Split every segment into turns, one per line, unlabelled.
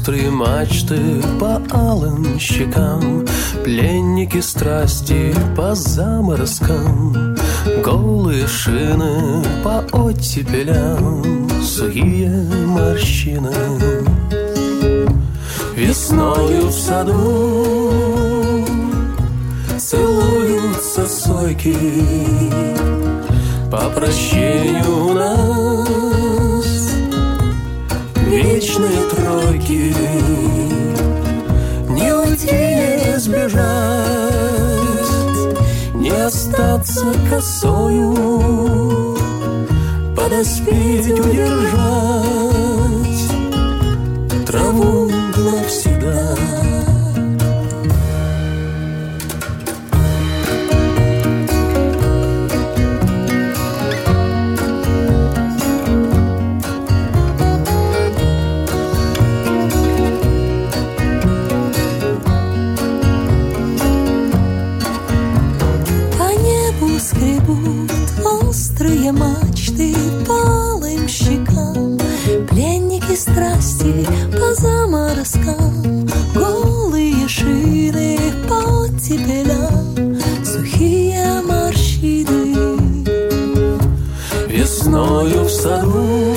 острые мачты по алым щекам, пленники страсти по заморозкам, голые шины по оттепелям, сухие морщины. Весною в саду целуются сойки, по прощению у нас вечные тройки. Не уйти, не сбежать, не остаться косою, подоспеть, удержать траву навсегда.
Острые мачты по алым щекам, пленники страсти по заморозкам, голые шины по оттепелям, сухие морщины.
Весною в саду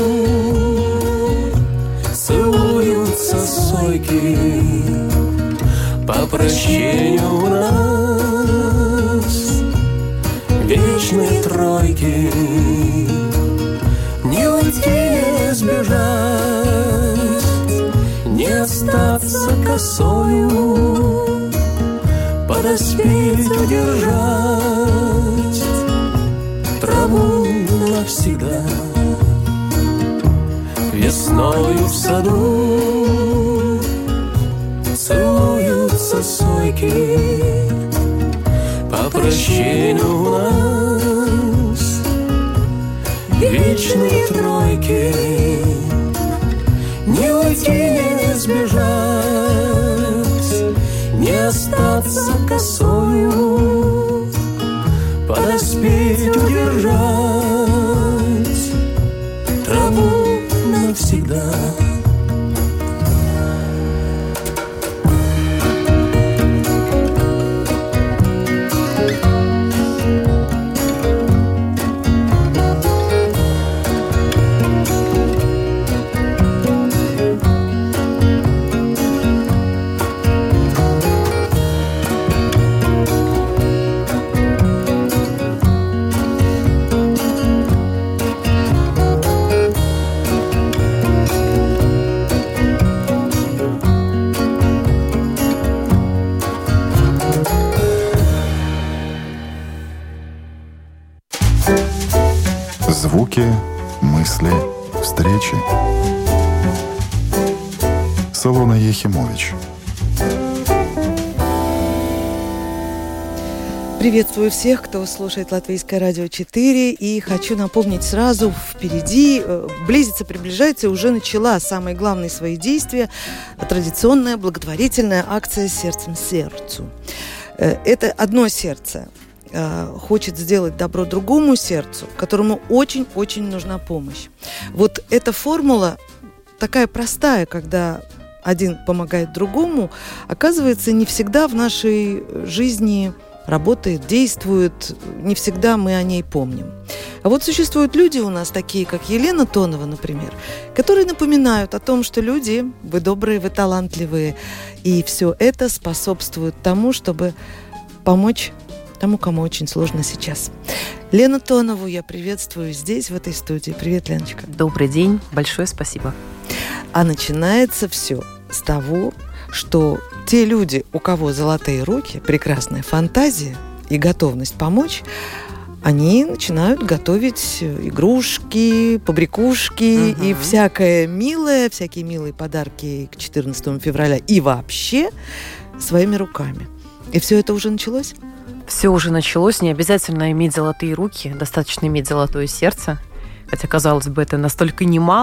целуются сойки, по прощению у нас вечные тройки. Не уйти, не сбежать, не остаться косою, подоспеть, удержать траву навсегда. Весною в саду целуются сойки, по прощению у нас вечные тройки. Не уйти, не сбежать, не остаться косою, подоспеть, удержать траву навсегда.
Звуки, мысли, встречи. Солона Ехимович.
Приветствую всех, кто слушает Латвийское радио 4. И хочу напомнить сразу, впереди приближается и уже начала самые главные свои действия традиционная благотворительная акция «Сердцем сердцу». Это одно сердце хочет сделать добро другому сердцу, которому очень-очень нужна помощь. Вот эта формула такая простая, когда один помогает другому, оказывается, не всегда в нашей жизни работает, действует, не всегда мы о ней помним. А вот существуют люди у нас, такие как Елена Тонова, например, которые напоминают о том, что люди, вы добрые, вы талантливые, и все это способствует тому, чтобы помочь тому, кому очень сложно сейчас. Лену Тонову я приветствую здесь, в этой студии. Привет, Леночка.
Добрый день, большое спасибо.
А начинается все с того, что те люди, у кого золотые руки, прекрасная фантазия и готовность помочь, они начинают готовить игрушки, побрякушки и всякое милое, всякие милые подарки к 14 февраля и вообще своими руками. И все это уже началось?
Все уже началось. Не обязательно иметь золотые руки, достаточно иметь золотое сердце. Хотя, казалось бы, это настолько немало,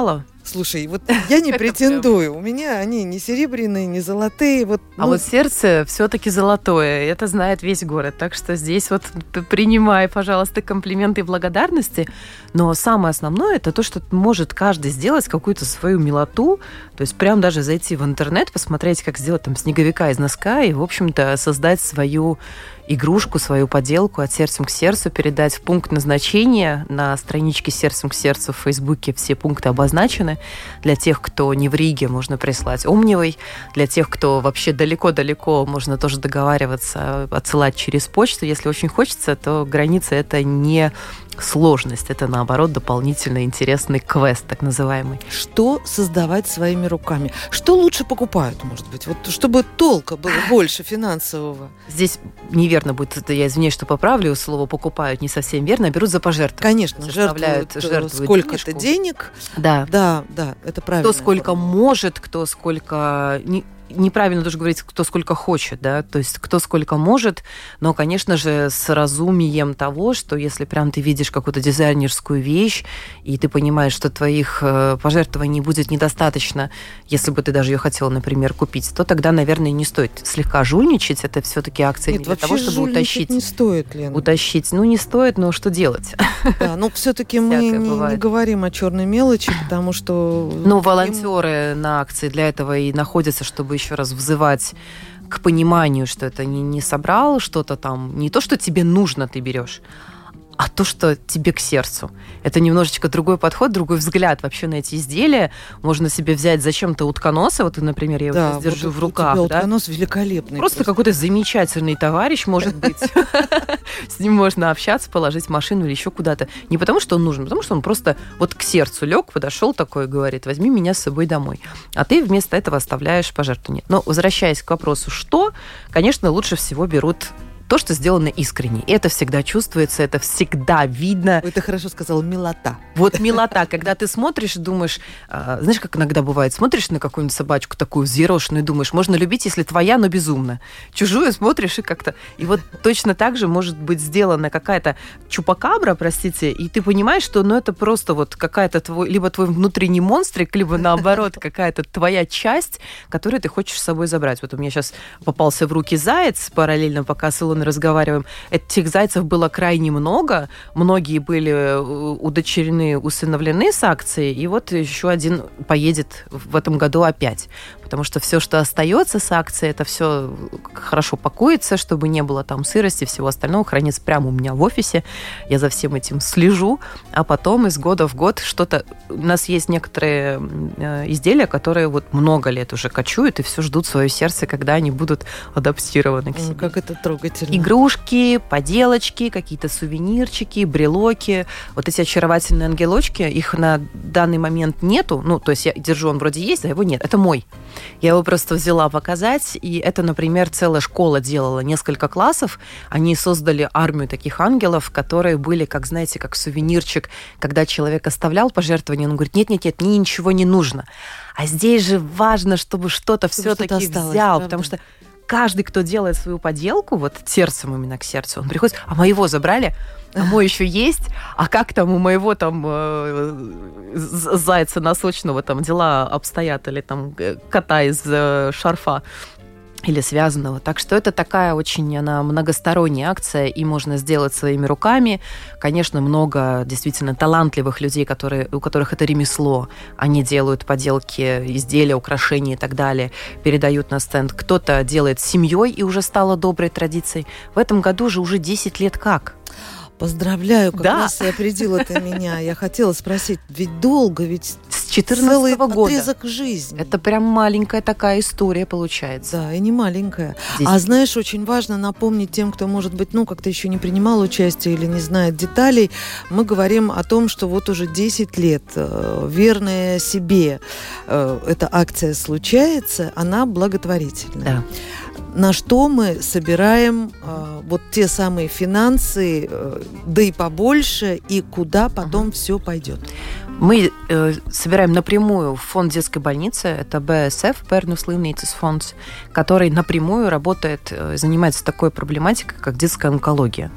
Слушай, вот я не претендую. У меня они не серебряные, не золотые.
А вот сердце все-таки золотое. Это знает весь город. Так что здесь вот принимай, пожалуйста, комплименты и благодарности. Но самое основное, это то, что может каждый сделать какую-то свою милоту. То есть прям даже зайти в интернет, посмотреть, как сделать там снеговика из носка и, в общем-то, создать свою игрушку, свою поделку от сердцем к сердцу, передать в пункт назначения. На страничке «Сердцем к сердцу» в Фейсбуке все пункты обозначены. Для тех, кто не в Риге, можно прислать Омнивой. Для тех, кто вообще далеко-далеко, можно тоже договариваться, отсылать через почту. Если очень хочется, то граница – это не сложность, это, наоборот, дополнительно интересный квест, так называемый.
Что создавать своими руками? Что лучше покупают, может быть? Вот чтобы толка было больше финансового.
Здесь неверно будет, это я извиняюсь, что поправлю, слово «покупают» не совсем верно, берут за пожертвование.
Конечно, жертвуют сколько-то денег.
Да,
это правильно.
Кто сколько может, кто сколько... Неправильно тоже говорить, кто сколько хочет, да, то есть кто сколько может, но, конечно же, с разумием того, что если прям ты видишь какую-то дизайнерскую вещь, и ты понимаешь, что твоих пожертвований будет недостаточно, если бы ты даже ее хотела, например, купить, то тогда, наверное, не стоит слегка жульничать, это все-таки акция не для того, чтобы утащить.
Не стоит, Лена.
Утащить, не стоит, но что делать?
Да, все-таки мы не говорим о черной мелочи, потому что...
Ну, волонтеры на акции для этого и находятся, чтобы еще раз взывать к пониманию, что это не собрал что-то там, не то, что тебе нужно, ты берешь, а то, что тебе к сердцу. Это немножечко другой подход, другой взгляд вообще на эти изделия. Можно себе взять зачем-то утконоса, вот, например, я его сейчас держу в руках.
У тебя утконос великолепный.
Просто какой-то замечательный товарищ, может быть. С ним можно общаться, положить в машину или еще куда-то. Не потому, что он нужен, потому что он просто вот к сердцу лег, подошел такой и говорит: возьми меня с собой домой. А ты вместо этого оставляешь пожертвование. Но возвращаясь к вопросу, что, конечно, лучше всего берут то, что сделано искренне. И это всегда чувствуется, это всегда видно.
Ой, ты хорошо сказала, милота.
Вот милота, когда ты смотришь и думаешь, знаешь, как иногда бывает, смотришь на какую-нибудь собачку такую взъерошенную и думаешь, можно любить, если твоя, но безумно. Чужую смотришь и как-то... И вот точно так же может быть сделана какая-то чупакабра, простите, и ты понимаешь, что это просто вот какая-то либо твой внутренний монстрик, либо наоборот какая-то твоя часть, которую ты хочешь с собой забрать. Вот у меня сейчас попался в руки заяц, параллельно пока с Илоной разговариваем. Этих зайцев было крайне много. Многие были удочерены, усыновлены с акцией. И вот еще один поедет в этом году опять. Потому что все, что остается с акцией, это все хорошо пакуется, чтобы не было там сырости, всего остального. Хранится прямо у меня в офисе. Я за всем этим слежу. А потом из года в год что-то... У нас есть некоторые изделия, которые вот много лет уже кочуют и все ждут свое сердце, когда они будут адаптированы к себе.
Как это трогательно.
Игрушки, поделочки, какие-то сувенирчики, брелоки. Вот эти очаровательные ангелочки, их на данный момент нету. То есть я держу, он вроде есть, а его нет. Это мой. Я его просто взяла показать, и это, например, целая школа делала, несколько классов. Они создали армию таких ангелов, которые были, как, знаете, как сувенирчик. Когда человек оставлял пожертвование, он говорит, нет, мне ничего не нужно. А здесь же важно, чтобы что-то все-таки взял, правда? Потому что каждый, кто делает свою поделку, вот сердцем именно к сердцу, он приходит, а моего забрали? А мой еще есть? А как там у моего там зайца носочного там дела обстоят? Или там кота из шарфа? Или связанного. Так что это такая очень многосторонняя акция, и можно сделать своими руками. Конечно, много действительно талантливых людей, у которых это ремесло. Они делают поделки, изделия, украшения и так далее, передают на стенд. Кто-то делает с семьей, и уже стало доброй традицией. В этом году же уже 10 лет как?
Поздравляю, как раз и опередила ты меня. Я хотела спросить, ведь долго, ведь
с 14 года.
Отрезок жизни.
Это прям маленькая такая история получается.
Да, и не маленькая. А знаешь, очень важно напомнить тем, кто, может быть, как-то еще не принимал участие или не знает деталей, мы говорим о том, что вот уже 10 лет верная себе эта акция случается, она благотворительная.
Да.
На что мы собираем вот те самые финансы, да и побольше, и куда потом все пойдет?
Мы собираем напрямую в фонд детской больницы, это БСФ, Bērnu slimnīcas фонд, который напрямую работает, занимается такой проблематикой, как детская онкология.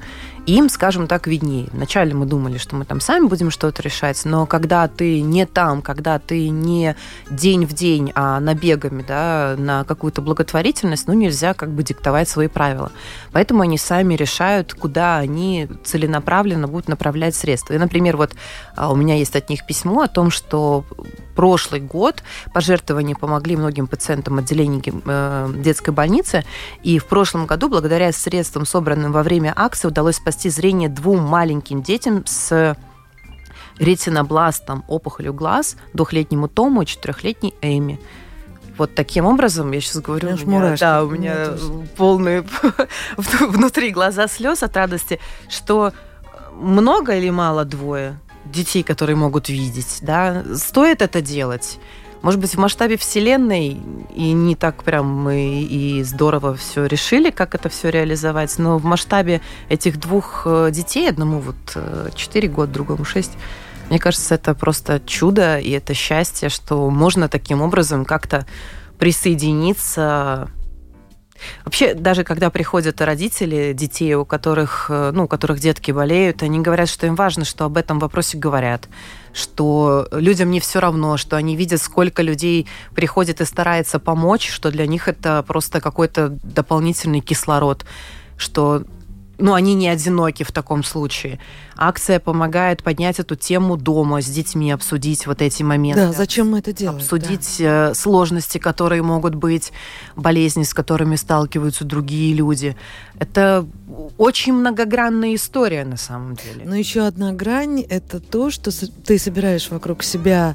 им, скажем так, виднее. Вначале мы думали, что мы там сами будем что-то решать, но когда ты не там, когда ты не день в день, а набегами, да, на какую-то благотворительность, нельзя как бы диктовать свои правила. Поэтому они сами решают, куда они целенаправленно будут направлять средства. И, например, вот у меня есть от них письмо о том, что прошлый год пожертвования помогли многим пациентам отделений детской больницы, и в прошлом году, благодаря средствам, собранным во время акции, удалось спасти зрение 2 маленьким детям с ретинобластом, опухолью глаз, 2-летнему Тому и 4-летней Эми. Вот таким образом, я сейчас говорю, у меня полные внутри глаза слез от радости, что много или мало 2 детей, которые могут видеть, да, стоит это делать. Может быть, в масштабе Вселенной и не так прям мы и здорово все решили, как это все реализовать, но в масштабе этих 2 детей, одному 4 года, другому 6, мне кажется, это просто чудо, и это счастье, что можно таким образом как-то присоединиться. Вообще, даже когда приходят родители детей, у которых детки болеют, они говорят, что им важно, что об этом вопросе говорят, что людям не все равно, что они видят, сколько людей приходит и старается помочь, что для них это просто какой-то дополнительный кислород, что они не одиноки в таком случае. Акция помогает поднять эту тему дома с детьми, обсудить вот эти моменты.
Да, зачем мы это делаем?
Обсудить сложности, которые могут быть, болезни, с которыми сталкиваются другие люди. Это очень многогранная история на самом деле.
Но еще одна грань – это то, что ты собираешь вокруг себя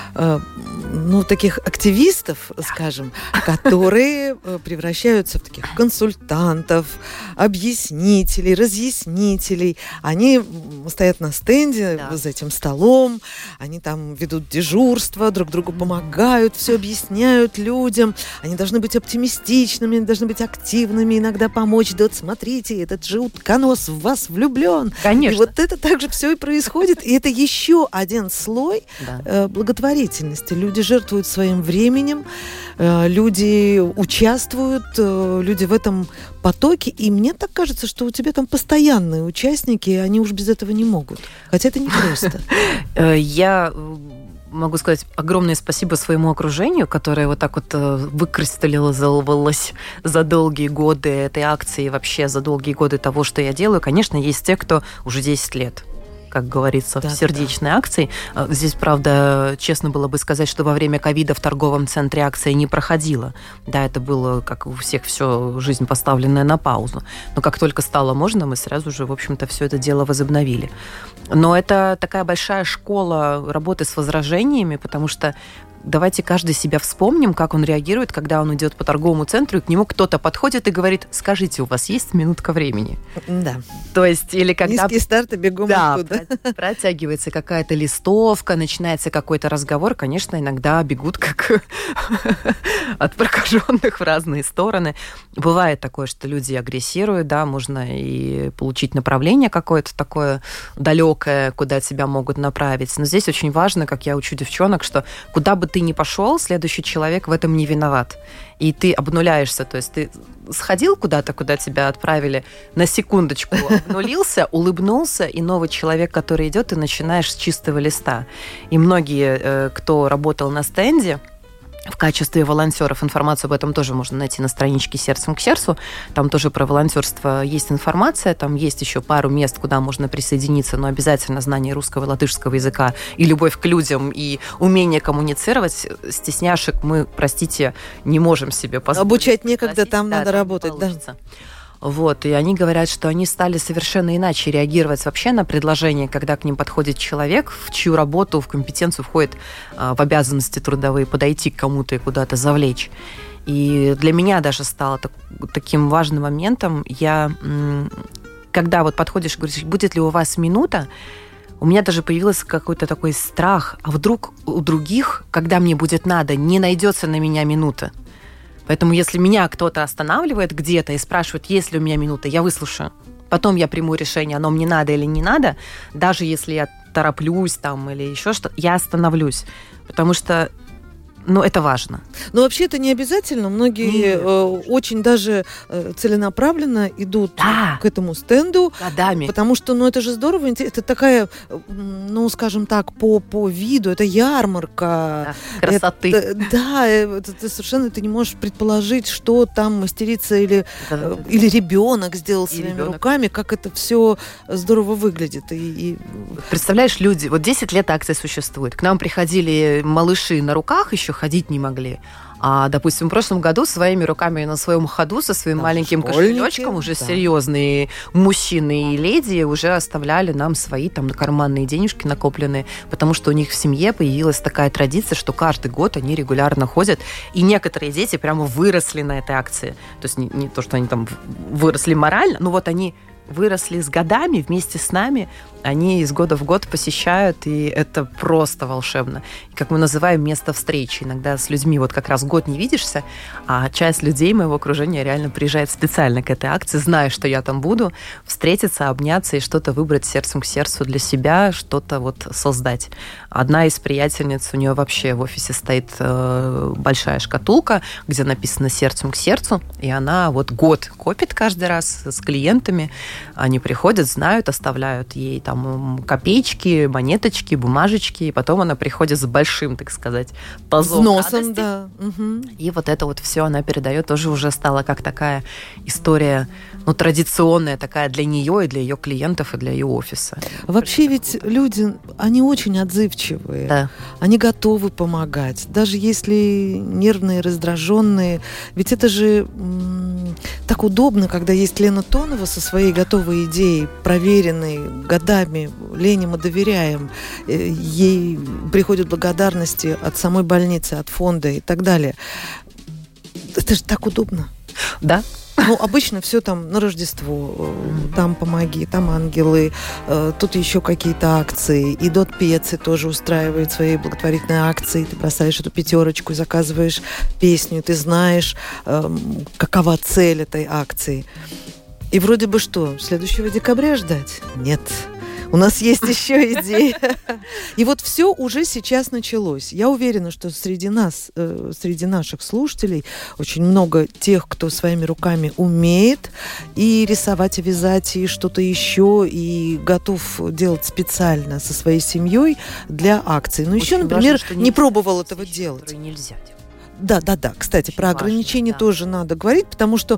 таких активистов, скажем, которые превращаются в таких консультантов, объяснителей, разъяснителей. Они стоят на стенде за этим столом, они там ведут дежурство, друг другу помогают, все объясняют людям. Они должны быть оптимистичными, должны быть активными, иногда помочь. Да вот смотрите, этот же утконос в вас влюблен.
Конечно.
И вот это также все и происходит. И это еще один слой благотворительности. Люди жертвуют своим временем, люди участвуют, люди в этом потоке. И мне так кажется, что у тебя там постоянные участники, и они уж без этого не могут. Хотя это непросто.
Я могу сказать огромное спасибо своему окружению, которое вот так вот выкристаллизовалось за долгие годы этой акции, вообще за долгие годы того, что я делаю. Конечно, есть те, кто уже 10 лет, как говорится, в сердечной акции. Здесь, правда, честно было бы сказать, что во время ковида в торговом центре акция не проходила. Да, это было, как у всех, все жизнь поставленная на паузу. Но как только стало можно, мы сразу же, в общем-то, все это дело возобновили. Но это такая большая школа работы с возражениями, потому что давайте каждый себя вспомним, как он реагирует, когда он идет по торговому центру, и к нему кто-то подходит и говорит: скажите, у вас есть минутка времени?
Да.
То есть, или когда...
Низкий старт и бегом оттуда.
Протягивается какая-то листовка, начинается какой-то разговор, конечно, иногда бегут как от прокаженных в разные стороны. Бывает такое, что люди агрессируют, да, можно и получить направление какое-то такое далекое, куда тебя могут направить. Но здесь очень важно, как я учу девчонок, что куда бы ты ни пошел, следующий человек в этом не виноват. И ты обнуляешься, то есть ты сходил куда-то, куда тебя отправили, на секундочку обнулился, улыбнулся, и новый человек, который идет, ты начинаешь с чистого листа. И многие, кто работал на стенде, в качестве волонтеров, информацию об этом тоже можно найти на страничке «Сердцем к сердцу». Там тоже про волонтерство есть информация. Там есть еще пару мест, куда можно присоединиться, но обязательно знание русского и латышского языка и любовь к людям, и умение коммуницировать. Стесняшек мы, простите, не можем себе позволить.
Обучать некогда, там надо работать. Да.
Вот, и они говорят, что они стали совершенно иначе реагировать вообще на предложение, когда к ним подходит человек, в чью работу, в компетенцию входит в обязанности трудовые подойти к кому-то и куда-то завлечь. И для меня даже стало таким важным моментом, когда вот подходишь и говоришь: будет ли у вас минута, у меня даже появился какой-то такой страх, а вдруг у других, когда мне будет надо, не найдется на меня минута. Поэтому если меня кто-то останавливает где-то и спрашивает, есть ли у меня минута, я выслушаю. Потом я приму решение, оно мне надо или не надо. Даже если я тороплюсь там или еще что-то, я остановлюсь. Потому что это важно.
Но вообще это не обязательно. Многие очень даже целенаправленно идут к этому стенду.
Годами.
Потому что, это же здорово. Это такая, скажем так, по виду, это ярмарка.
Красоты.
Ты совершенно не можешь предположить, что там мастерица или ребенок сделал своими руками, как это все здорово выглядит.
Представляешь, люди, 10 лет акция существует. К нам приходили малыши на руках, еще ходить не могли. А, допустим, в прошлом году своими руками на своем ходу со своим маленьким кошелечком уже серьезные мужчины и леди уже оставляли нам свои карманные денежки накопленные, потому что у них в семье появилась такая традиция, что каждый год они регулярно ходят, и некоторые дети прямо выросли на этой акции. То есть не то, что они там выросли морально, но они выросли с годами вместе с нами, они из года в год посещают, и это просто волшебно. И, как мы называем, место встречи. Иногда с людьми как раз год не видишься, а часть людей моего окружения реально приезжает специально к этой акции, зная, что я там буду, встретиться, обняться и что-то выбрать сердцем к сердцу для себя, что-то создать. Одна из приятельниц, у нее вообще в офисе стоит большая шкатулка, где написано «сердцем к сердцу», и она год копит каждый раз с клиентами. Они приходят, знают, оставляют ей копеечки, монеточки, бумажечки, и потом она приходит с большим, так сказать, тазом
носом, да. Угу.
И это все она передает, тоже уже стала как такая история, традиционная такая для нее и для ее клиентов, и для ее офиса.
Вообще ведь люди, они очень отзывчивые,
да.
Они готовы помогать, даже если нервные, раздраженные. Ведь это же так удобно, когда есть Лена Тонова со своей готовой идеей, проверенной годами. Лене мы доверяем. Ей приходят благодарности от самой больницы, от фонда и так далее. Это же так удобно.
Да.
Обычно все на Рождество. Там помоги, там ангелы, тут еще какие-то акции. И Дот Пеци тоже устраивает свои благотворительные акции. Ты бросаешь эту 5 и заказываешь песню. Ты знаешь, какова цель этой акции. И вроде бы что, следующего декабря ждать? Нет. У нас есть еще идея. И все уже сейчас началось. Я уверена, что среди нас, среди наших слушателей, очень много тех, кто своими руками умеет и рисовать, и вязать, и что-то еще, и готов делать специально со своей семьей для акций. Но еще, например, не пробовал этого делать.
Нельзя делать.
Да. Кстати, очень про ограничения тоже надо говорить, потому что,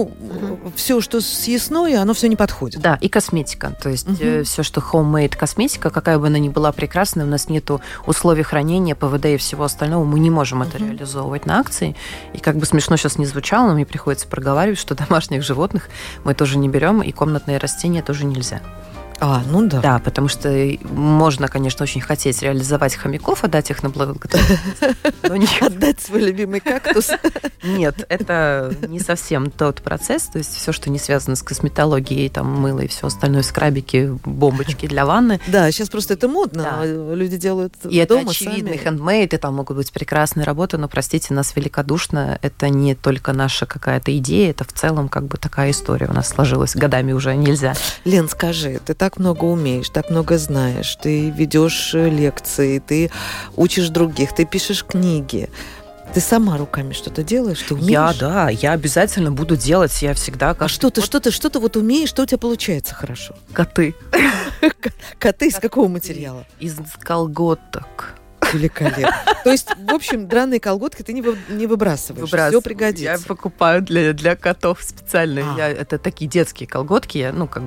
все, что съестное, оно все не подходит.
Да, и косметика. То есть все, что homemade косметика, какая бы она ни была прекрасная, у нас нету условий хранения, ПВД и всего остального, мы не можем это реализовывать на акции. И как бы смешно сейчас не звучало, но мне приходится проговаривать, что домашних животных мы тоже не берем, и комнатные растения тоже нельзя.
Да.
Да, потому что можно, конечно, очень хотеть реализовать хомяков, отдать их на благотворительность, но не
отдать свой любимый кактус.
Нет, это не совсем тот процесс. То есть все, что не связано с косметологией, мыло и все остальное, скрабики, бомбочки для ванны.
Да, сейчас просто это модно. Да. Люди делают
и
дома
это очевидный хендмейд, и там могут быть прекрасные работы, но, простите нас великодушно, это не только наша какая-то идея, это в целом такая история у нас сложилась. Годами уже нельзя.
Лен, скажи, ты так много умеешь, так много знаешь, ты ведешь лекции, ты учишь других, ты пишешь книги. Ты сама руками что-то делаешь, ты умеешь?
Я обязательно буду делать, я всегда...
А что ты умеешь, что у тебя получается хорошо?
Коты.
Коты из какого материала?
Из колготок.
Великолепно. То есть, в общем, драные колготки ты не выбрасываешь. Все пригодится.
Я покупаю для котов специально. Это такие детские колготки,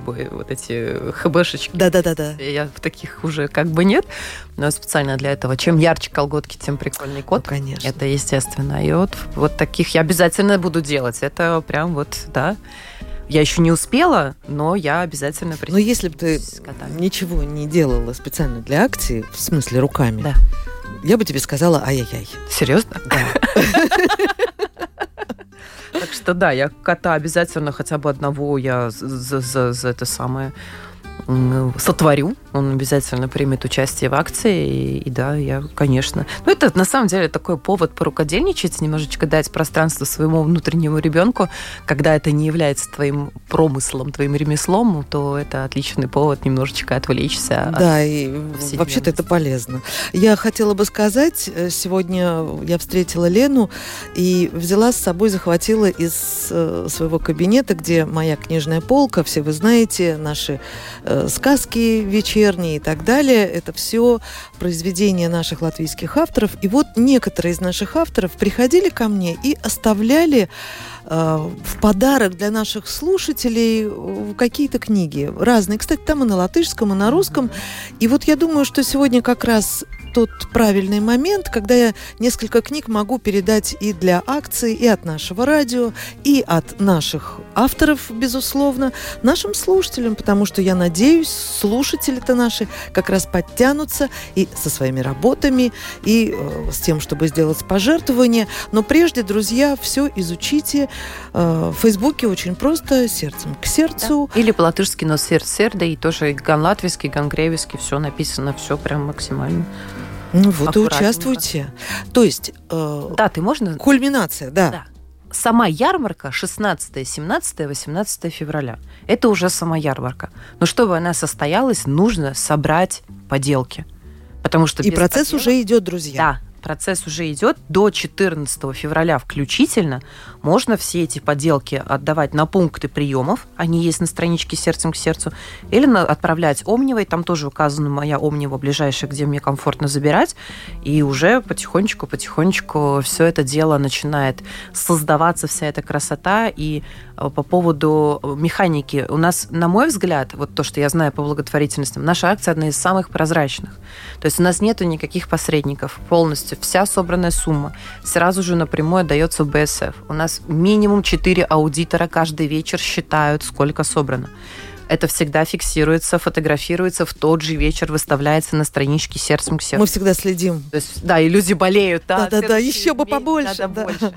эти хэбэшечки.
Да.
Я в таких уже нет, но специально для этого. Чем ярче колготки, тем прикольней кот.
Конечно.
Это естественно. И вот таких я обязательно буду делать. Это прям да. Я еще не успела, но я обязательно присутствую.
Но если бы ты ничего не делала специально для акции, в смысле руками,
да.
Я бы тебе сказала ай-яй-яй.
Серьезно?
Да.
Так что да, я кота обязательно хотя бы одного я за это самое сотворю, он обязательно примет участие в акции, и да, я, конечно. Ну, это на самом деле такой повод порукодельничать, немножечко дать пространство своему внутреннему ребенку, когда это не является твоим промыслом, твоим ремеслом, то это отличный повод немножечко отвлечься.
Да, и вообще-то это полезно. Я хотела бы сказать, сегодня я встретила Лену и взяла с собой, захватила из своего кабинета, где моя книжная полка, все вы знаете, наши сказки вечерние и так далее. Это все произведения наших латвийских авторов. И вот некоторые из наших авторов приходили ко мне и оставляли в подарок для наших слушателей какие-то книги разные. Кстати, там и на латышском, и на русском. И вот я думаю, что сегодня как раз тот правильный момент, когда я несколько книг могу передать и для акции, и от нашего радио, и от наших авторов, безусловно, нашим слушателям, потому что я надеюсь, слушатели-то наши как раз подтянутся и со своими работами, и с тем, чтобы сделать пожертвование. Но прежде, друзья, все изучите. В Фейсбуке очень просто, сердцем к сердцу.
Да. Или по-латышски «но сердце», и тоже ган-латвийский, ган-гревийский, все написано, все прям максимально.
Ну вот и участвуйте. То есть...
даты можно?
Кульминация, да.
Сама ярмарка 16, 17, 18 февраля. Это уже сама ярмарка. Но чтобы она состоялась, нужно собрать поделки. Потому что
и процесс
поделок...
уже идет, друзья.
Да. Процесс уже идет до 14 февраля включительно. Можно все эти поделки отдавать на пункты приемов. Они есть на страничке «Сердцем к сердцу». Или отправлять Омнивой. Там тоже указана моя Омнива ближайшая, где мне комфортно забирать. И уже потихонечку все это дело начинает создаваться, вся эта красота. И по поводу механики. У нас, на мой взгляд, вот то, что я знаю по благотворительностям, наша акция одна из самых прозрачных. То есть у нас нету никаких посредников. Полностью вся собранная сумма сразу же напрямую отдается в БСФ. У нас минимум 4 аудитора каждый вечер считают, сколько собрано. Это всегда фиксируется, фотографируется, в тот же вечер выставляется на страничке «Сердцем к сердцу».
Мы всегда следим.
То есть, да, и люди болеют.
Да, еще бы побольше.
Надо больше.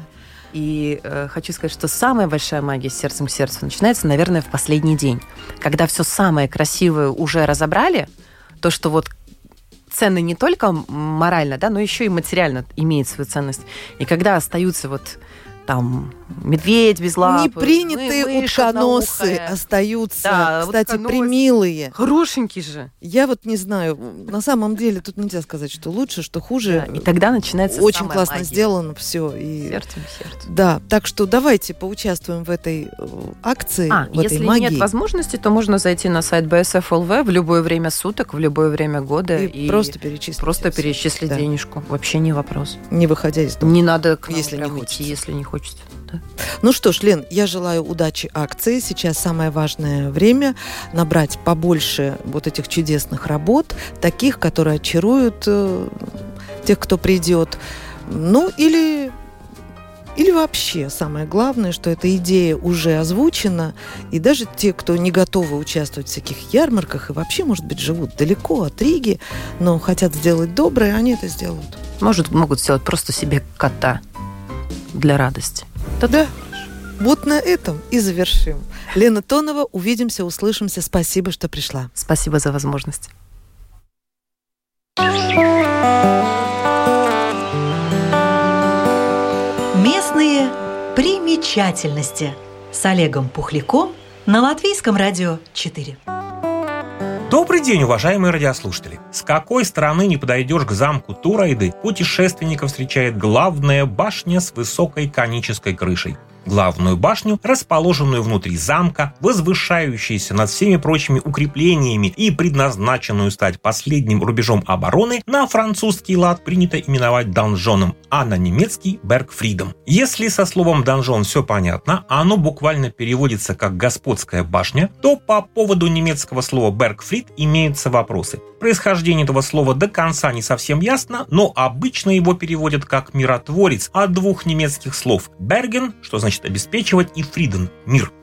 И хочу сказать, что самая большая магия «Сердцем к сердцу» начинается, наверное, в последний день. Когда все самое красивое уже разобрали, то, что вот цены не только морально, да, но еще и материально имеет свою ценность. И когда остаются вот там медведь без лапы,
непринятые утконосы остаются, да, кстати, примилые.
Хорошенькие же.
Я вот не знаю, на самом деле тут нельзя сказать, что лучше, что хуже.
Да, и тогда начинается
очень классно
магия.
Сделано все. И...
Сердцем к сердцу.
Да, так что давайте поучаствуем в этой акции, в этой магии.
Если нет возможности, то можно зайти на сайт БСФ ЛВ в любое время суток, в любое время года.
И просто перечислить.
Просто перечислить денежку. Вообще не вопрос.
Не выходя из дома.
Не надо к нам
если не
идти, если не хочется. Да.
Ну что ж, Лен, я желаю удачи акции. Сейчас самое важное время набрать побольше вот этих чудесных работ, таких, которые очаруют тех, кто придет. Ну, или вообще самое главное, что эта идея уже озвучена, и даже те, кто не готовы участвовать в всяких ярмарках и вообще, может быть, живут далеко от Риги, но хотят сделать доброе, они это сделают.
Могут сделать просто себе кота для радости.
Да. Вот на этом и завершим. Лена Тонова, увидимся, услышимся. Спасибо, что пришла.
Спасибо за возможность.
Местные примечательности с Олегом Пухляком на Латвийском радио 4.
Добрый день, уважаемые радиослушатели! С какой стороны не подойдешь к замку Турайды, путешественников встречает главная башня с высокой конической крышей. Главную башню, расположенную внутри замка, возвышающуюся над всеми прочими укреплениями и предназначенную стать последним рубежом обороны, на французский лад принято именовать донжоном, а на немецкий – Бергфридом. Если со словом «донжон» все понятно, а оно буквально переводится как «господская башня», то по поводу немецкого слова «Бергфрид» имеются вопросы. Происхождение этого слова до конца не совсем ясно, но обычно его переводят как «миротворец» от двух немецких слов «берген», что значит обеспечивать, и «фриден» – мир.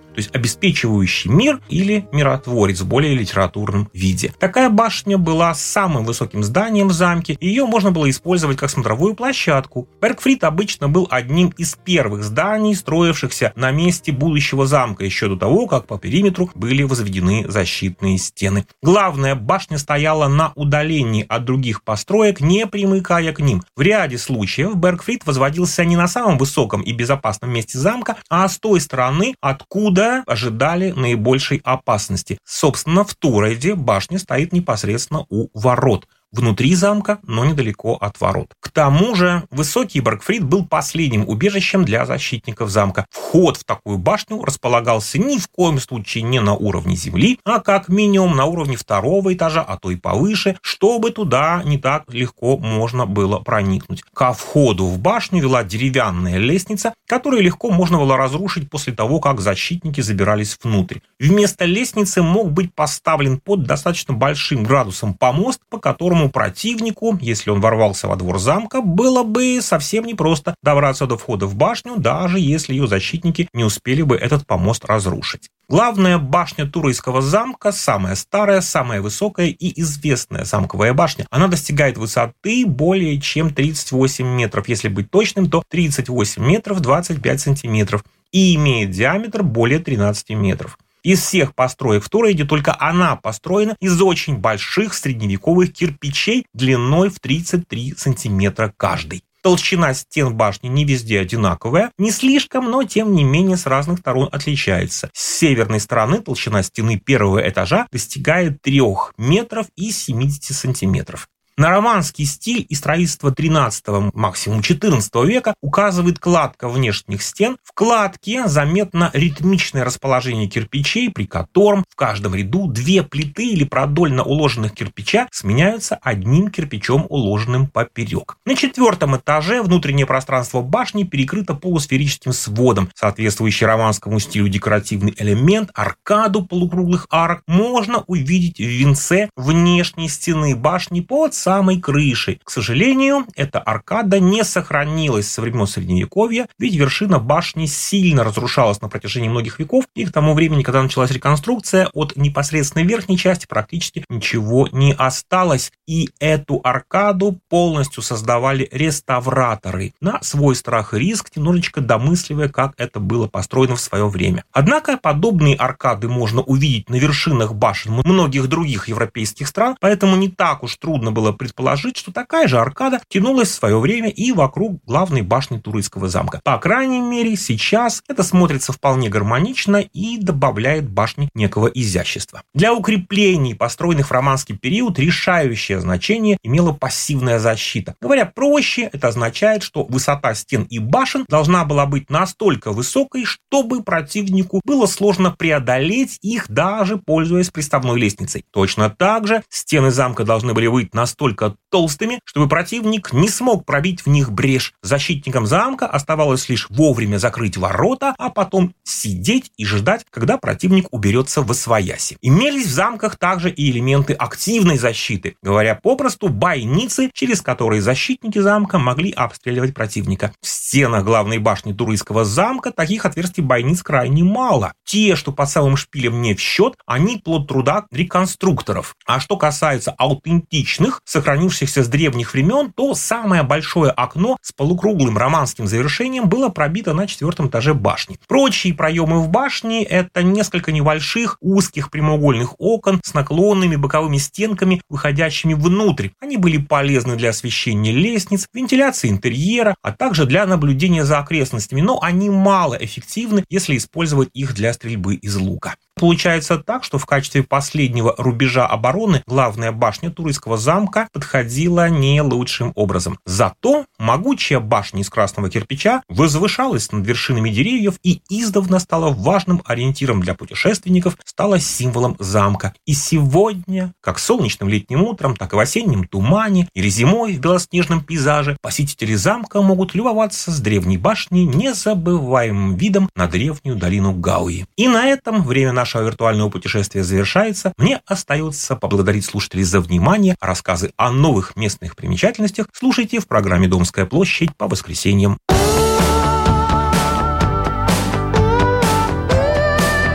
то есть обеспечивающий мир или миротворец в более литературном виде. Такая башня была самым высоким зданием в замке, и ее можно было использовать как смотровую площадку. Бергфрид обычно был одним из первых зданий, строившихся на месте будущего замка, еще до того, как по периметру были возведены защитные стены. Главная башня стояла на удалении от других построек, не примыкая к ним. В ряде случаев Бергфрид возводился не на самом высоком и безопасном месте замка, а с той стороны, откуда ожидали наибольшей опасности. Собственно, в Турайде башня стоит непосредственно у ворот. Внутри замка, но недалеко от ворот. К тому же, высокий Бергфрид был последним убежищем для защитников замка. Вход в такую башню располагался ни в коем случае не на уровне земли, а как минимум на уровне второго этажа, а то и повыше, чтобы туда не так легко можно было проникнуть. Ко входу в башню вела деревянная лестница, которую легко можно было разрушить после того, как защитники забирались внутрь. Вместо лестницы мог быть поставлен под достаточно большим градусом помост, по которому противнику, если он ворвался во двор замка, было бы совсем непросто добраться до входа в башню, даже если ее защитники не успели бы этот помост разрушить. Главная башня Турайского замка, самая старая, самая высокая и известная замковая башня. Она достигает высоты более чем 38 метров, если быть точным, то 38 метров 25 сантиметров, и имеет диаметр более 13 метров. Из всех построек в Турайде только она построена из очень больших средневековых кирпичей длиной в 33 сантиметра каждый. Толщина стен башни не везде одинаковая, не слишком, но тем не менее с разных сторон отличается. С северной стороны толщина стены первого этажа достигает 3 метров и 70 сантиметров. На романский стиль и строительство 13-го, максимум 14 века указывает кладка внешних стен. В кладке заметно ритмичное расположение кирпичей, при котором в каждом ряду 2 плиты или продольно уложенных кирпича сменяются одним кирпичом, уложенным поперек. На 4-м этаже внутреннее пространство башни перекрыто полусферическим сводом. Соответствующий романскому стилю декоративный элемент, аркаду полукруглых арок, можно увидеть в венце внешней стены башни под самой крышей. К сожалению, эта аркада не сохранилась со времен Средневековья, ведь вершина башни сильно разрушалась на протяжении многих веков, и к тому времени, когда началась реконструкция, от непосредственной верхней части практически ничего не осталось, и эту аркаду полностью создавали реставраторы на свой страх и риск, немножечко домысливая, как это было построено в свое время. Однако подобные аркады можно увидеть на вершинах башен многих других европейских стран, поэтому не так уж трудно было предположить, что такая же аркада тянулась в свое время и вокруг главной башни Турайского замка. По крайней мере, сейчас это смотрится вполне гармонично и добавляет башне некого изящества. Для укреплений, построенных в романский период, решающее значение имела пассивная защита. Говоря проще, это означает, что высота стен и башен должна была быть настолько высокой, чтобы противнику было сложно преодолеть их, даже пользуясь приставной лестницей. Точно так же стены замка должны были быть настолько толстыми, чтобы противник не смог пробить в них брешь. Защитникам замка оставалось лишь вовремя закрыть ворота, а потом сидеть и ждать, когда противник уберется восвояси. Имелись в замках также и элементы активной защиты, говоря попросту, бойницы, через которые защитники замка могли обстреливать противника. В стенах главной башни Турайского замка таких отверстий бойниц крайне мало. Те, что под самым шпилем, не в счет, они плод труда реконструкторов. А что касается аутентичных, сохранившихся с древних времен, то самое большое окно с полукруглым романским завершением было пробито на 4-м этаже башни. Прочие проемы в башне — это несколько небольших узких прямоугольных окон с наклонными боковыми стенками, выходящими внутрь. Они были полезны для освещения лестниц, вентиляции интерьера, а также для наблюдения за окрестностями, но они мало эффективны, если использовать их для стрельбы из лука. Получается так, что в качестве последнего рубежа обороны главная башня Турайского замка подходила не лучшим образом. Зато могучая башня из красного кирпича возвышалась над вершинами деревьев и издавна стала важным ориентиром для путешественников, стала символом замка. И сегодня, как солнечным летним утром, так и в осеннем тумане или зимой в белоснежном пейзаже, посетители замка могут любоваться с древней башни незабываемым видом на древнюю долину Гауи. И на этом время нашего виртуального путешествия завершается. Мне остается поблагодарить слушателей за внимание. Рассказы о новых местных примечательностях слушайте в программе «Домская площадь» по воскресеньям.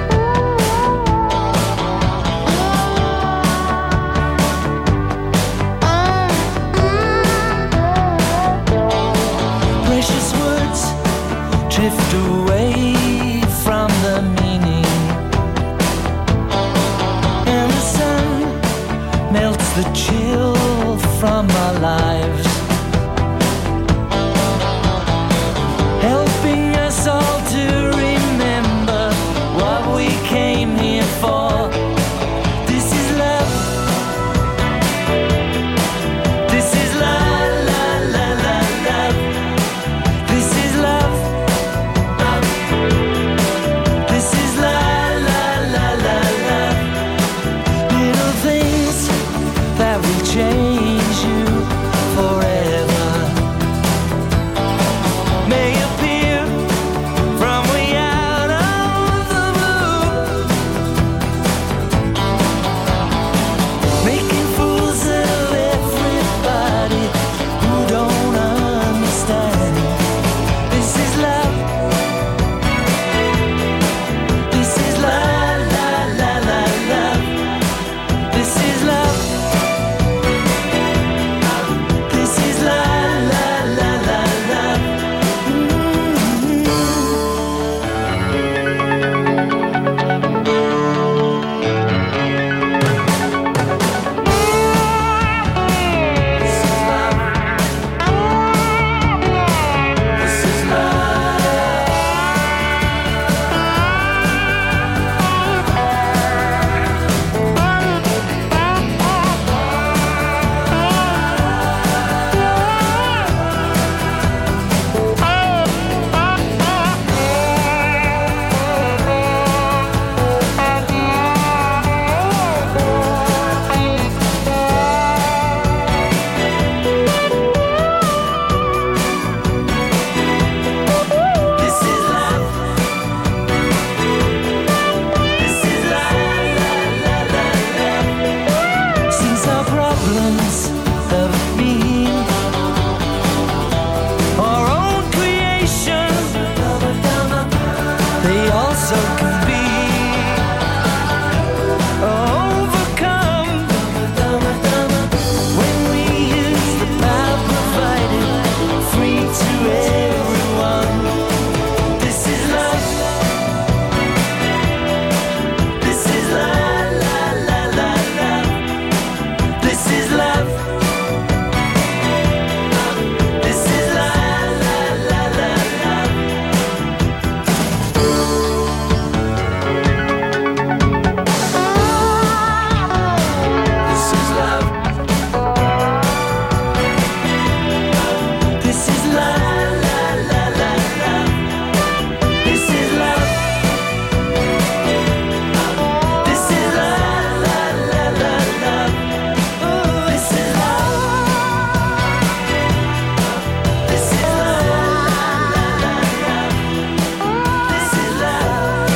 drift away from the meaning, and the sun melts the chill from our lives, helping us all to remember what we came here for. This is love. This is la la la la love. This is love. This is la la la la love. Little things that will change you forever may appear from way out of the blue, making fools of everybody who don't understand. This is love. This is la la la la love. This is love. This is la la la la love. This is love. This is This is love. This is la la la la love. Since our problems have been our own creation, they also can be overcome when we use the power provided free to everyone. This is love. This is la la la la love. This is love. This is la la la la love. This is love. This is la la la la love. This is love. This is la la la la love. This is love. This is la la la la love. This is love.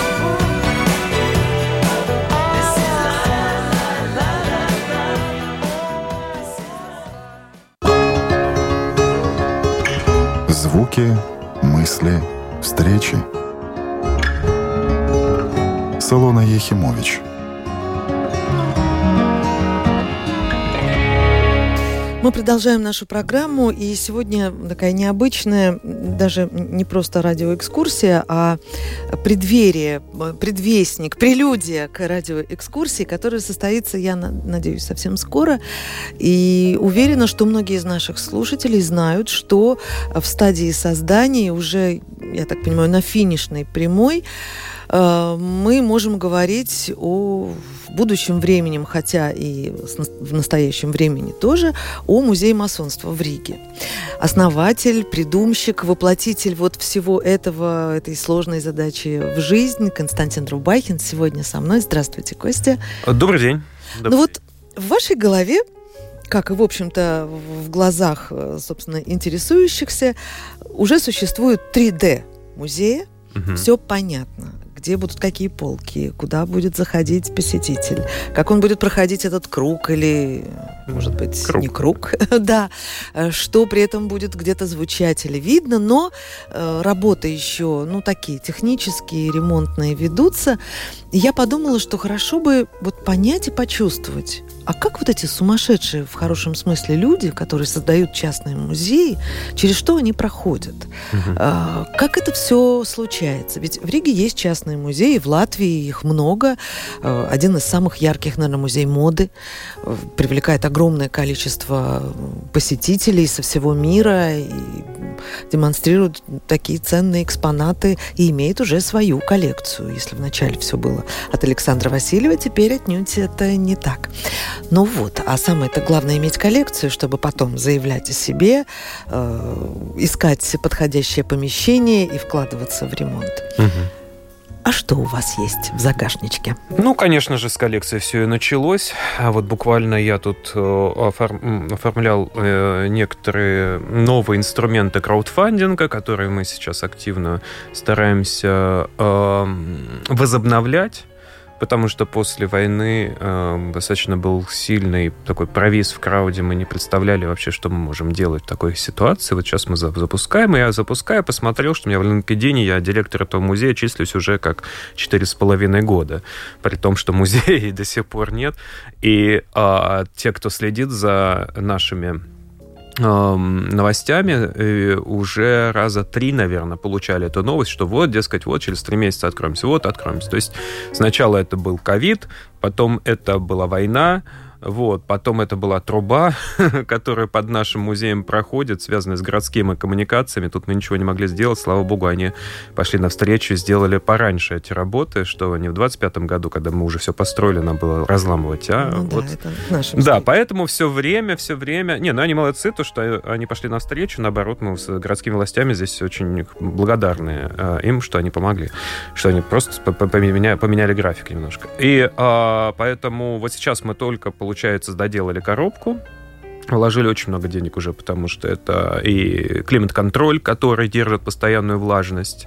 This is la la la la love.
Звуки, мысли, встречи. Солона Ехимович.
Мы продолжаем нашу программу, и сегодня такая необычная, даже не просто радиоэкскурсия, а преддверие, предвестник, прелюдия к радиоэкскурсии, которая состоится, я надеюсь, совсем скоро. И уверена, что многие из наших слушателей знают, что в стадии создания, уже, я так понимаю, на финишной прямой, мы можем говорить о будущем времени, хотя и в настоящем времени тоже, о Музее масонства в Риге. Основатель, придумщик, воплотитель вот всего этого, этой сложной задачи в жизнь Константин Рубахин сегодня со мной. Здравствуйте, Костя.
Добрый день.
Ну вот в вашей голове, как и, в общем-то, в глазах, собственно, интересующихся, уже существует 3D-музея. Все понятно. Где будут какие полки, куда будет заходить посетитель, как он будет проходить этот круг или, может быть, не круг, да, что при этом будет где-то звучать или видно, но работы еще, такие технические, ремонтные ведутся. И я подумала, что хорошо бы вот понять и почувствовать, а как вот эти сумасшедшие, в хорошем смысле, люди, которые создают частные музеи, через что они проходят? Как это все случается? Ведь в Риге есть частные музеи, в Латвии их много. Один из самых ярких, наверное, музей моды. Привлекает огромное количество посетителей со всего мира и демонстрирует такие ценные экспонаты и имеет уже свою коллекцию. Если вначале все было от Александра Васильева, теперь отнюдь это не так. Ну вот, а самое-то главное иметь коллекцию, чтобы потом заявлять о себе, искать подходящее помещение и вкладываться в ремонт. А что у вас есть в загашничке?
Ну, конечно же, с коллекцией все и началось. А вот буквально я тут оформлял некоторые новые инструменты краудфандинга, которые мы сейчас активно стараемся возобновлять. Потому что после войны достаточно был сильный такой провис в крауде. Мы не представляли вообще, что мы можем делать в такой ситуации. Вот сейчас мы запускаем. И я запускаю, посмотрел, что у меня в LinkedIn, я директор этого музея, числюсь уже как 4,5 года. При том, что музея до сих пор нет. И те, кто следит за нашими новостями, уже раза 3, наверное, получали эту новость, что вот, дескать, вот через 3 месяца откроемся, вот откроемся. То есть сначала это был ковид, потом это была война, вот, потом это была труба, которая под нашим музеем проходит, связанная с городскими коммуникациями. Тут мы ничего не могли сделать. Слава богу, они пошли навстречу и сделали пораньше эти работы, что не в 25-м году, когда мы уже все построили, нам было разламывать.
Вот. Да, это в нашем
да, поэтому все время... Не, ну они молодцы, то, что они пошли навстречу. Наоборот, мы с городскими властями здесь очень благодарны им, что они помогли, что они просто поменяли график немножко. И поэтому вот сейчас мы только, получается, доделали коробку, вложили очень много денег уже, потому что это и климат-контроль, который держит постоянную влажность,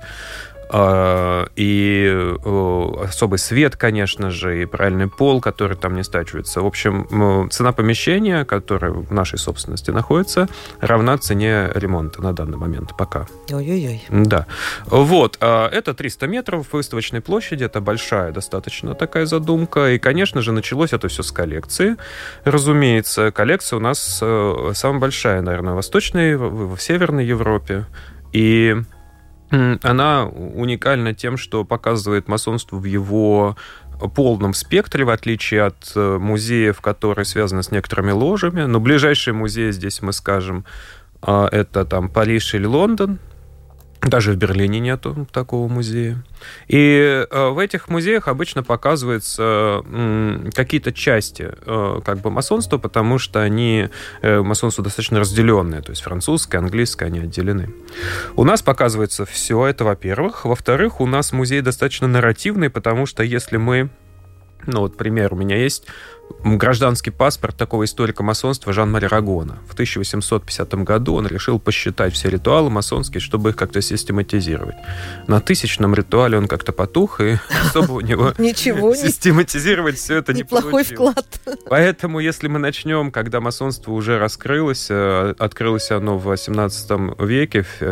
и особый свет, конечно же, и правильный пол, который там не стачивается. В общем, цена помещения, которое в нашей собственности находится, равна цене ремонта на данный момент пока.
Ой-ой-ой.
Да. Вот. Это 300 метров выставочной площади. Это большая достаточно такая задумка. И, конечно же, началось это все с коллекции. Разумеется, коллекция у нас самая большая, наверное, в Северной Европе. И она уникальна тем, что показывает масонство в его полном спектре, в отличие от музеев, которые связаны с некоторыми ложами. Но ближайшие музеи здесь, мы скажем, это там Париж или Лондон. Даже в Берлине нету такого музея. И в этих музеях обычно показываются какие-то части как бы масонства, потому что они масонство достаточно разделенные, то есть французское, английское, они отделены. У нас показывается все это, во-первых. Во-вторых, у нас музей достаточно нарративный, потому что если мы... Ну вот пример, у меня есть гражданский паспорт такого историка масонства Жан-Мари Рагона. В 1850 году он решил посчитать все ритуалы масонские, чтобы их как-то систематизировать. На 1000-м ритуале он как-то потух, и особо у него систематизировать все это не получилось.
Неплохой вклад.
Поэтому, если мы начнем, когда масонство уже раскрылось, открылось оно в 18 веке, в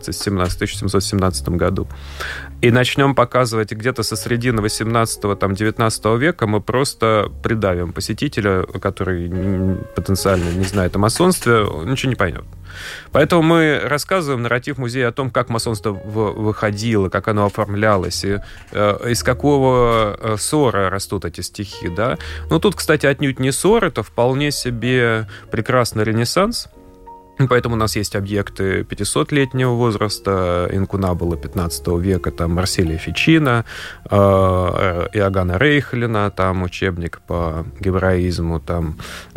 1717 году, и начнем показывать где-то со средины 18-19 века, мы просто придавим посетителя, который потенциально не знает о масонстве, ничего не поймет. Поэтому мы рассказываем нарратив музея о том, как масонство выходило, как оно оформлялось, и из какого ссора растут эти стихи. Да? Но тут, кстати, отнюдь не ссор, это вполне себе прекрасный Ренессанс. Поэтому у нас есть объекты 500-летнего возраста, инкунабула 15 века, там Марсилия Фичино, Иоганна Рейхлина, там учебник по гебраизму, там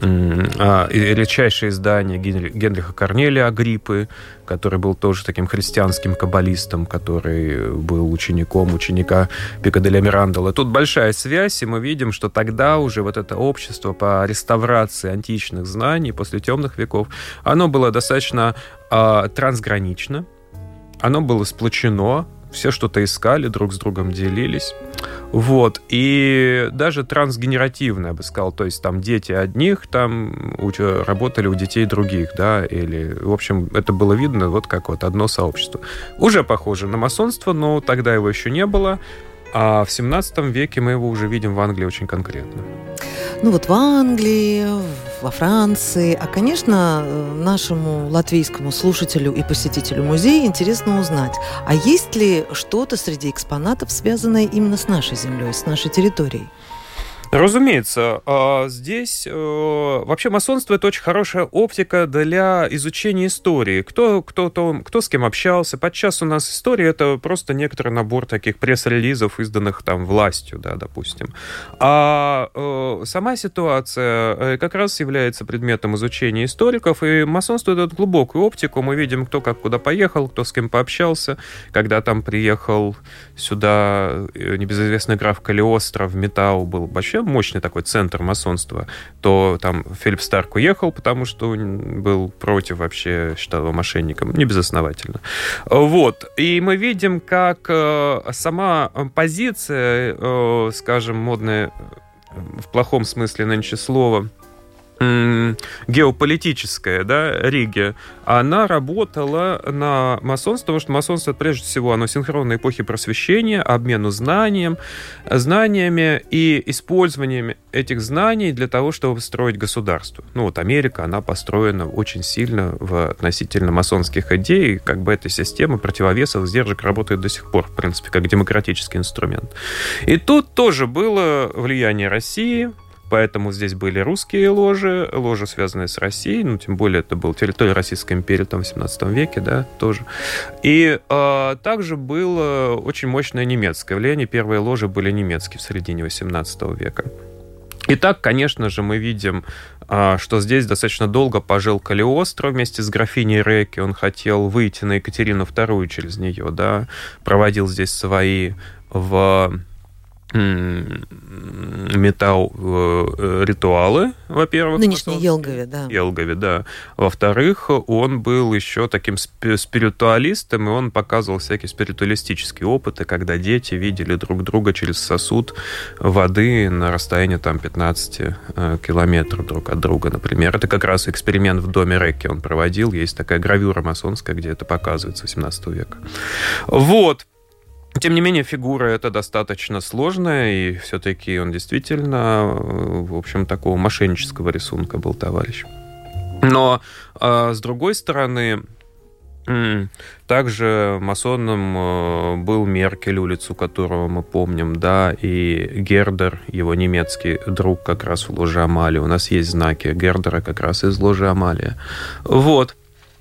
редчайшее издание Генриха Корнелия Агриппы, который был тоже таким христианским каббалистом, который был ученика Пикко-делля Мирандола. Тут большая связь, и мы видим, что тогда уже вот это общество по реставрации античных знаний после темных веков, оно было достаточно трансгранично, оно было сплочено, все что-то искали, друг с другом делились. Вот. И даже трансгенеративно, я бы сказал, то есть там дети одних там работали у детей других, да, или, в общем, это было видно вот как вот одно сообщество. Уже похоже на масонство, но тогда его еще не было. А в 17 веке мы его уже видим в Англии очень конкретно.
Ну вот в Англии, во Франции. А, конечно, нашему латвийскому слушателю и посетителю музея интересно узнать, а есть ли что-то среди экспонатов, связанное именно с нашей землей, с нашей территорией?
Разумеется, здесь вообще масонство – это очень хорошая оптика для изучения истории. Кто с кем общался. Подчас у нас история – это просто некоторый набор таких пресс-релизов, изданных там властью, да, допустим. А сама ситуация как раз является предметом изучения историков, и масонство дает глубокую оптику. Мы видим, кто как куда поехал, кто с кем пообщался. Когда там приехал сюда небезызвестный граф Калиостро в Метау, был вообще мощный такой центр масонства, то там Филипп Старк уехал, потому что он был против вообще, считал его мошенником, не безосновательно. Вот. И мы видим, как сама позиция, скажем, модная в плохом смысле нынче слова, геополитическая, да, Риги, она работала на масонство, потому что масонство, прежде всего, оно синхронно эпохи просвещения, обмену знаниями и использованием этих знаний для того, чтобы строить государство. Ну вот Америка, она построена очень сильно в относительно масонских идей, как бы эта система противовесов, сдержек работает до сих пор, в принципе, как демократический инструмент. И тут тоже было влияние России. Поэтому здесь были русские ложи, связанные с Россией, ну, тем более это была территория Российской империи там, в 17 веке, да, тоже. И также было очень мощное немецкое влияние. Первые ложи были немецкие в середине 18 века. Итак, конечно же, мы видим, что здесь достаточно долго пожил Калиостро вместе с графиней Реки. Он хотел выйти на Екатерину II через нее, да, проводил здесь свои в Метау ритуалы, во-первых.
Нынешней Елгове, да.
Елгове, да. Во-вторых, он был еще таким спиритуалистом, и он показывал всякие спиритуалистические опыты, когда дети видели друг друга через сосуд воды на расстоянии там 15 километров друг от друга, например. Это как раз эксперимент в доме Реки он проводил. Есть такая гравюра масонская, где это показывается 18 века. Вот. Тем не менее, фигура эта достаточно сложная, и все-таки он действительно, в общем, такого мошеннического рисунка был товарищ. Но, с другой стороны, также масоном был Меркель, улицу которого мы помним, да, и Гердер, его немецкий друг, как раз в ложе Амалия. У нас есть знаки Гердера как раз из ложи Амалия. Вот.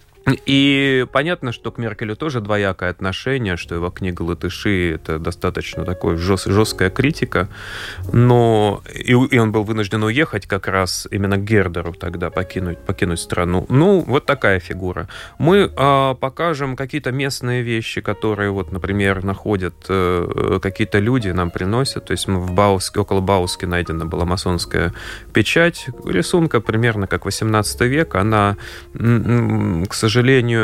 И понятно, что к Меркелю тоже двоякое отношение, что его книга «Латыши» — это достаточно такой жесткая критика, но и он был вынужден уехать как раз именно к Гердеру тогда, покинуть страну. Ну, вот такая фигура. Мы покажем какие-то местные вещи, которые, вот, например, находят какие-то люди, нам приносят. То есть в Бауске, около Бауски найдена была масонская печать, рисунка примерно как 18 век. Она, к сожалению,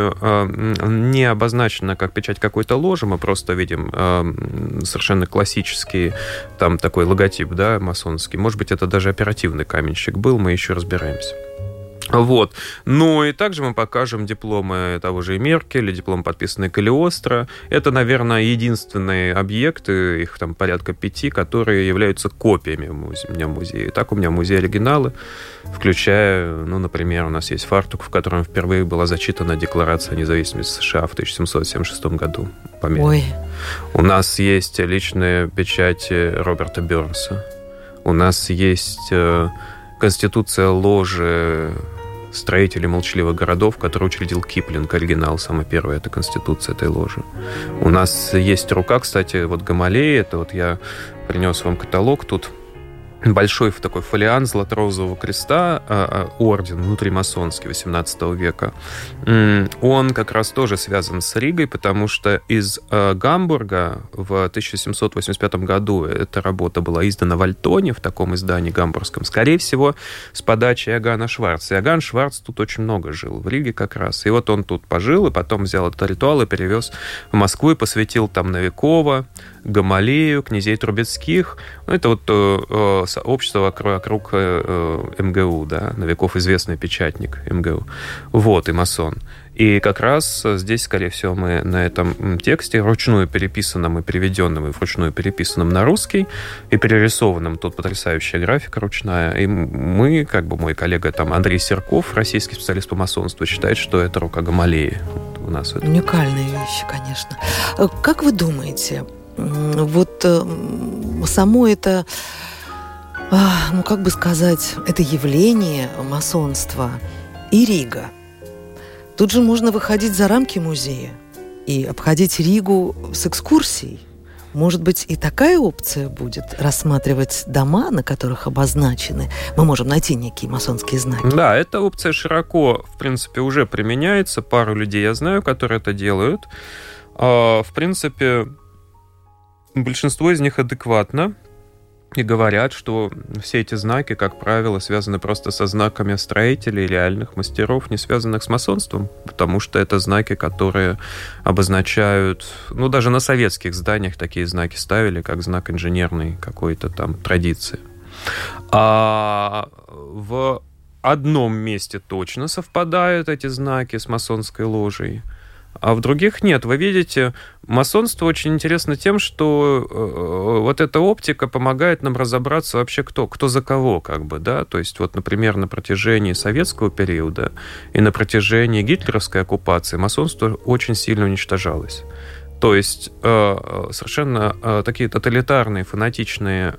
не обозначена как печать какой-то ложи, мы просто видим совершенно классический там такой логотип, да, масонский. Может быть, это даже оперативный каменщик был, мы еще разбираемся. Вот. Ну и также мы покажем дипломы того же Меркеля, диплом, подписанный Калиостро. Это, наверное, единственные объекты, их там порядка 5, которые являются копиями у меня в музее. Так, у меня в музее оригиналы, включая, ну, например, у нас есть фартук, в котором впервые была зачитана Декларация о независимости США в 1776 году.
Ой.
У нас есть личные печати Роберта Бёрнса. У нас есть Конституция ложи строителей молчаливых городов, который учредил Киплинг, оригинал, самый первый, это Конституция этой ложи. У нас есть рука, кстати, вот Гамалеи, это вот я принес вам каталог тут, большой такой фолиант Златорозового креста, орден внутримасонский 18 века. Он как раз тоже связан с Ригой, потому что из Гамбурга в 1785 году эта работа была издана в Альтоне, в таком издании гамбургском, скорее всего, с подачи Иоганна Шварца. Иоганн Шварц тут очень много жил, в Риге как раз. И вот он тут пожил, и потом взял этот ритуал и перевез в Москву, и посвятил там Новикова, Гамалею, князей Трубецких. Ну, это вот общество вокруг МГУ, да, на веков известный печатник МГУ. Вот, и масон. И как раз здесь, скорее всего, мы на этом тексте, вручную переписанном и переведенном, и вручную переписанном на русский, и перерисованном, тут потрясающая графика ручная, и мы, как бы мой коллега там Андрей Серков, российский специалист по масонству, считает, что это рука Гамалеи. У нас это...
Уникальные вещи, конечно. Как вы думаете, вот само это, ну как бы сказать, это явление масонства и Рига, тут же можно выходить за рамки музея и обходить Ригу с экскурсией. Может быть, и такая опция будет рассматривать дома, на которых обозначены. Мы можем найти некие масонские знаки.
Да, эта опция широко, в принципе, уже применяется. Пару людей я знаю, которые это делают. В принципе, большинство из них адекватно. И говорят, что все эти знаки, как правило, связаны просто со знаками строителей, реальных мастеров, не связанных с масонством, потому что это знаки, которые обозначают, ну, даже на советских зданиях такие знаки ставили, как знак инженерной какой-то там традиции. А в одном месте точно совпадают эти знаки с масонской ложей, а в других нет. Вы видите, масонство очень интересно тем, что вот эта оптика помогает нам разобраться вообще, кто за кого, как бы, да. То есть, вот, например, на протяжении советского периода и на протяжении гитлеровской оккупации масонство очень сильно уничтожалось. То есть, совершенно такие тоталитарные, фанатичные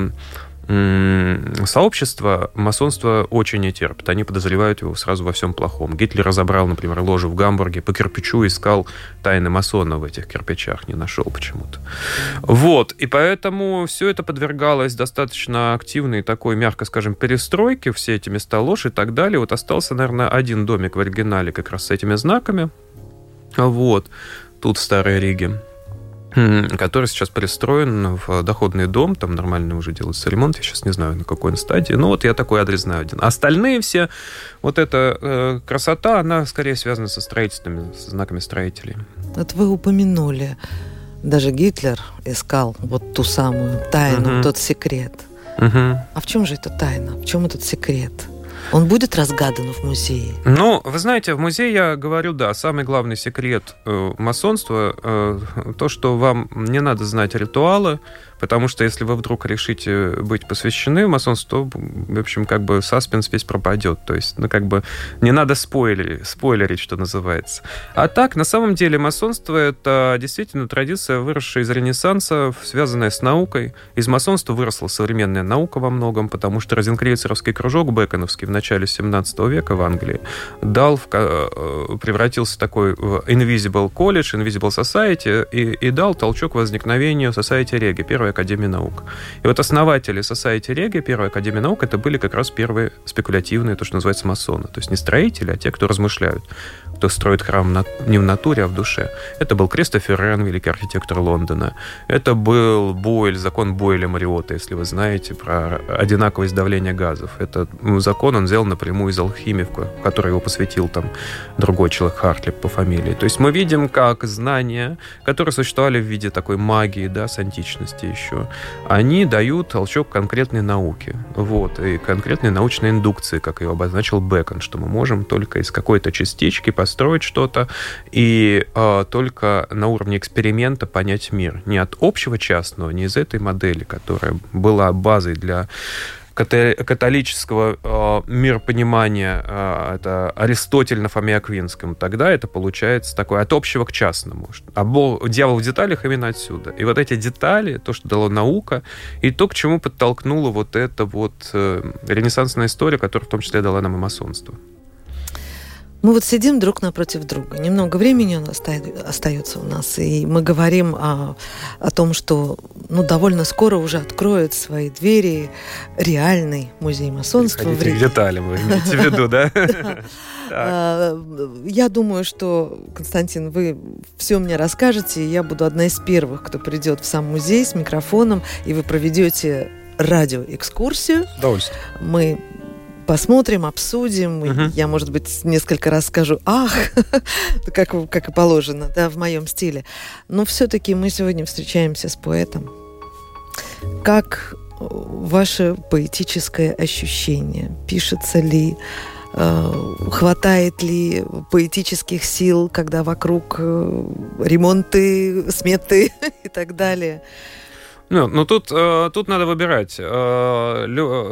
сообщества масонство очень не терпит. Они подозревают его сразу во всем плохом. Гитлер разобрал, например, ложу в Гамбурге, по кирпичу искал тайны масона в этих кирпичах, не нашел почему-то. Вот, и поэтому все это подвергалось достаточно активной такой, мягко скажем, перестройке, все эти места ложь и так далее. Вот остался, наверное, один домик в оригинале как раз с этими знаками. Вот, тут в Старой Риге, который сейчас перестроен в доходный дом, там нормально уже делается ремонт, я сейчас не знаю, на какой он стадии, но вот я такой адрес знаю один. А остальные все, вот эта красота, она скорее связана со строительствами, со знаками строителей.
Вот вы упомянули, даже Гитлер искал вот ту самую тайну, тот секрет. А в чем же эта тайна? В чем этот секрет? Он будет разгадан в музее?
Ну, вы знаете, в музее, я говорю, да, самый главный секрет масонства то, что вам не надо знать ритуалы, потому что если вы вдруг решите быть посвящены масонству, то, в общем, как бы саспенс весь пропадет. То есть, ну, как бы не надо спойлерить, что называется. А так, на самом деле, масонство — это действительно традиция, выросшая из Ренессанса, связанная с наукой. Из масонства выросла современная наука во многом, потому что розенкрейцеровский кружок бэконовский в начале 17 века в Англии превратился такой в Invisible College, Invisible Society, и дал толчок возникновению Society Regia, первой академии наук. И вот основатели Society Regia, первой академии наук, это были как раз первые спекулятивные, то, что называется, масоны. То есть не строители, а те, кто размышляют, кто строит храм не в натуре, а в душе. Это был Кристофер Рен, великий архитектор Лондона. Это был Бойль, закон Бойля-Мариотта, если вы знаете, про одинаковость давления газов. Это закон он взял напрямую из алхимии, в которой его посвятил там другой человек, Хартлип по фамилии. То есть мы видим, как знания, которые существовали в виде такой магии, да, с античности еще, они дают толчок конкретной науке. Вот, и конкретной научной индукции, как ее обозначил Бэкон, что мы можем только из какой-то частички построить что-то и только на уровне эксперимента понять мир. Не от общего частного, не из этой модели, которая была базой для католического миропонимания, это Аристотель на Фоме Аквинском, тогда это получается такое от общего к частному. А дьявол в деталях именно отсюда. И вот эти детали, то, что дала наука, и то, к чему подтолкнула вот эта вот ренессансная история, которая в том числе дала нам и масонство.
Мы вот сидим друг напротив друга. Немного времени остается у нас, и мы говорим о том, что довольно скоро уже откроет свои двери реальный музей масонства.
Приходите к деталям, вы имеете в виду, да?
Я думаю, что, Константин, вы все мне расскажете, и я буду одна из первых, кто придет в сам музей с микрофоном, и вы проведете радиоэкскурсию.
С удовольствием.
Мы посмотрим, обсудим. Я, может быть, несколько раз скажу «ах», как и положено, да, в моем стиле. Но все-таки мы сегодня встречаемся с поэтом. Как ваше поэтическое ощущение? Пишется ли, хватает ли поэтических сил, когда вокруг ремонты, сметы и так далее?
Ну, тут надо выбирать. То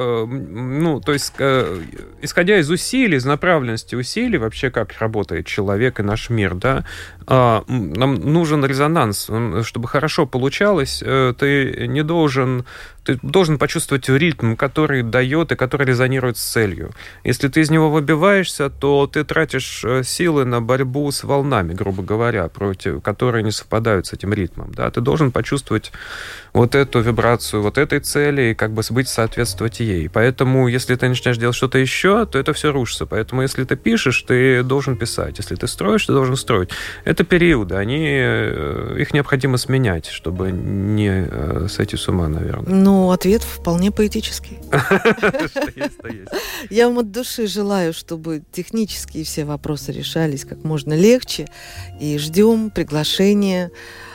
есть, исходя из усилий, из направленности усилий, вообще как работает человек и наш мир, да, нам нужен резонанс. Чтобы хорошо получалось, ты должен почувствовать ритм, который дает и который резонирует с целью. Если ты из него выбиваешься, то ты тратишь силы на борьбу с волнами, грубо говоря, которые не совпадают с этим ритмом. Да? Ты должен почувствовать вот эту вибрацию, вот этой цели и как бы соответствовать ей. Поэтому, если ты начинаешь делать что-то еще, то это все рушится. Поэтому, если ты пишешь, ты должен писать. Если ты строишь, ты должен строить. Это периоды, их необходимо сменять, чтобы не сойти с ума, наверное.
Ну, ответ вполне поэтический.
Что есть, то есть.
Я вам от души желаю, чтобы технические все вопросы решались как можно легче. И ждем приглашения,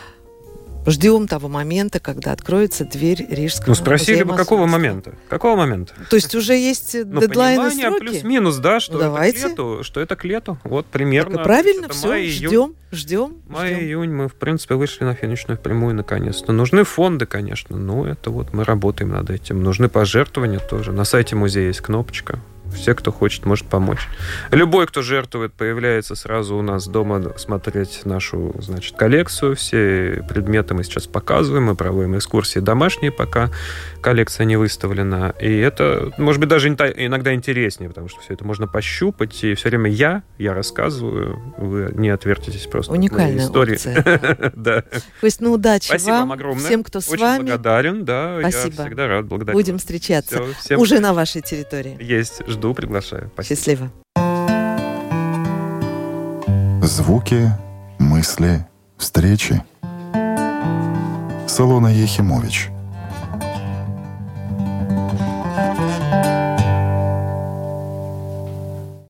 ждем того момента, когда откроется дверь Рижского музея.
Спросили бы, какого момента? Какого момента?
То есть уже есть дедлайны, сроки?
Плюс-минус, да, что это к лету. Вот примерно.
Так, правильно, все, ждем.
Май-июнь мы, в принципе, вышли на финишную прямую наконец-то. Нужны фонды, конечно, но это вот мы работаем над этим. Нужны пожертвования тоже. На сайте музея есть кнопочка. Все, кто хочет, может помочь. Любой, кто жертвует, появляется сразу у нас дома смотреть нашу, коллекцию. Все предметы мы сейчас показываем. Мы проводим экскурсии домашние, пока коллекция не выставлена. И это, может быть, даже иногда интереснее, потому что все это можно пощупать. И все время я рассказываю. Вы не отвертитесь просто.
Уникальная опция.
Да.
То есть, удачи вам.
Спасибо вам огромное.
Всем, кто с вами.
Очень благодарен. Да,
спасибо.
Я всегда рад. Благодарю.
Будем встречаться уже на вашей территории.
Есть. Жду, приглашаю. Спасибо.
Счастливо.
Звуки, мысли, встречи. Солона Ехимович.